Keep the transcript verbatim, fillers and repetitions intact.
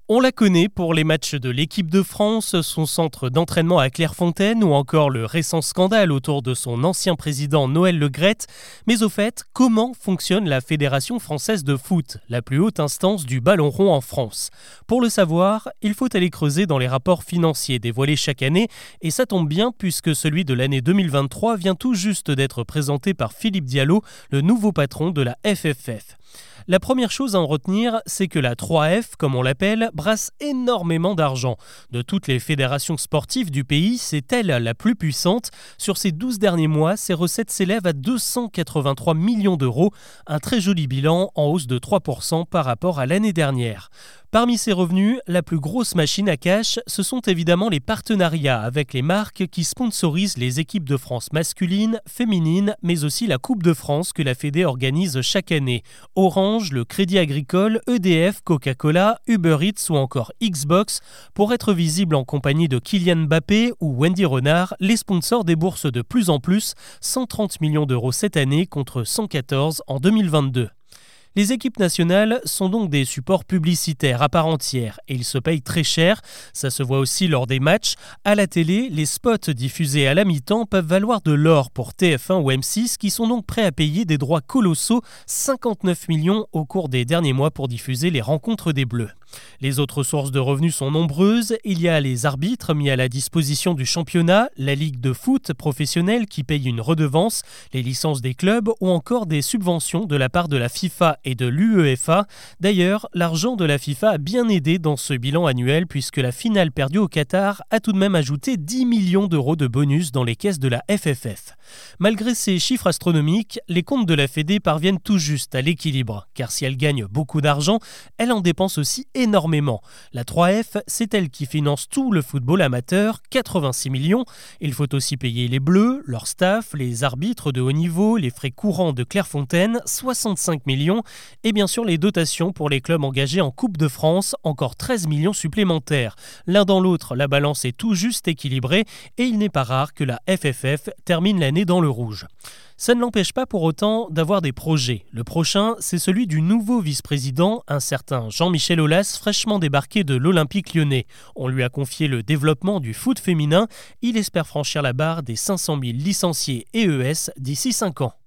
On la connaît pour les matchs de l'équipe de France, son centre d'entraînement à Clairefontaine ou encore le récent scandale autour de son ancien président Noël Le Graët. Mais au fait, comment fonctionne la Fédération française de foot, la plus haute instance du ballon rond en France ? Pour le savoir, il faut aller creuser dans les rapports financiers dévoilés chaque année et ça tombe bien puisque celui de l'année deux mille vingt-trois vient tout juste d'être présenté par Philippe Diallo, le nouveau patron de la F F F. La première chose à en retenir, c'est que la trois F, comme on l'appelle, brasse énormément d'argent. De toutes les fédérations sportives du pays, c'est elle la plus puissante. Sur ces douze derniers mois, ses recettes s'élèvent à deux cent quatre-vingt-trois millions d'euros, un très joli bilan en hausse de trois pour cent par rapport à l'année dernière. Parmi ces revenus, la plus grosse machine à cash, ce sont évidemment les partenariats avec les marques qui sponsorisent les équipes de France masculines, féminines, mais aussi la Coupe de France que la Fédé organise chaque année. Orange, le Crédit Agricole, E D F, Coca-Cola, Uber Eats ou encore Xbox. Pour être visible en compagnie de Kylian Mbappé ou Wendy Renard, les sponsors déboursent de plus en plus, cent trente millions d'euros cette année contre cent quatorze en deux mille vingt-deux. Les équipes nationales sont donc des supports publicitaires à part entière et ils se payent très cher. Ça se voit aussi lors des matchs. À la télé, les spots diffusés à la mi-temps peuvent valoir de l'or pour T F un ou M six qui sont donc prêts à payer des droits colossaux, cinquante-neuf millions au cours des derniers mois pour diffuser les rencontres des Bleus. Les autres sources de revenus sont nombreuses. Il y a les arbitres mis à la disposition du championnat, la ligue de foot professionnelle qui paye une redevance, les licences des clubs ou encore des subventions de la part de la FIFA et de l'UEFA. D'ailleurs, l'argent de la FIFA a bien aidé dans ce bilan annuel puisque la finale perdue au Qatar a tout de même ajouté dix millions d'euros de bonus dans les caisses de la F F F. Malgré ces chiffres astronomiques, les comptes de la Fédé parviennent tout juste à l'équilibre, car si elle gagne beaucoup d'argent, elle en dépense aussi énormément. La trois F, c'est elle qui finance tout le football amateur, quatre-vingt-six millions. Il faut aussi payer les Bleus, leur staff, les arbitres de haut niveau, les frais courants de Clairefontaine, soixante-cinq millions, et bien sûr les dotations pour les clubs engagés en Coupe de France, encore treize millions supplémentaires. L'un dans l'autre, la balance est tout juste équilibrée et il n'est pas rare que la F F F termine l'année dans le rouge. Ça ne l'empêche pas pour autant d'avoir des projets. Le prochain, c'est celui du nouveau vice-président, un certain Jean-Michel Aulas, fraîchement débarqué de l'Olympique lyonnais. On lui a confié le développement du foot féminin. Il espère franchir la barre des cinq cent mille licenciés E E S d'ici cinq ans.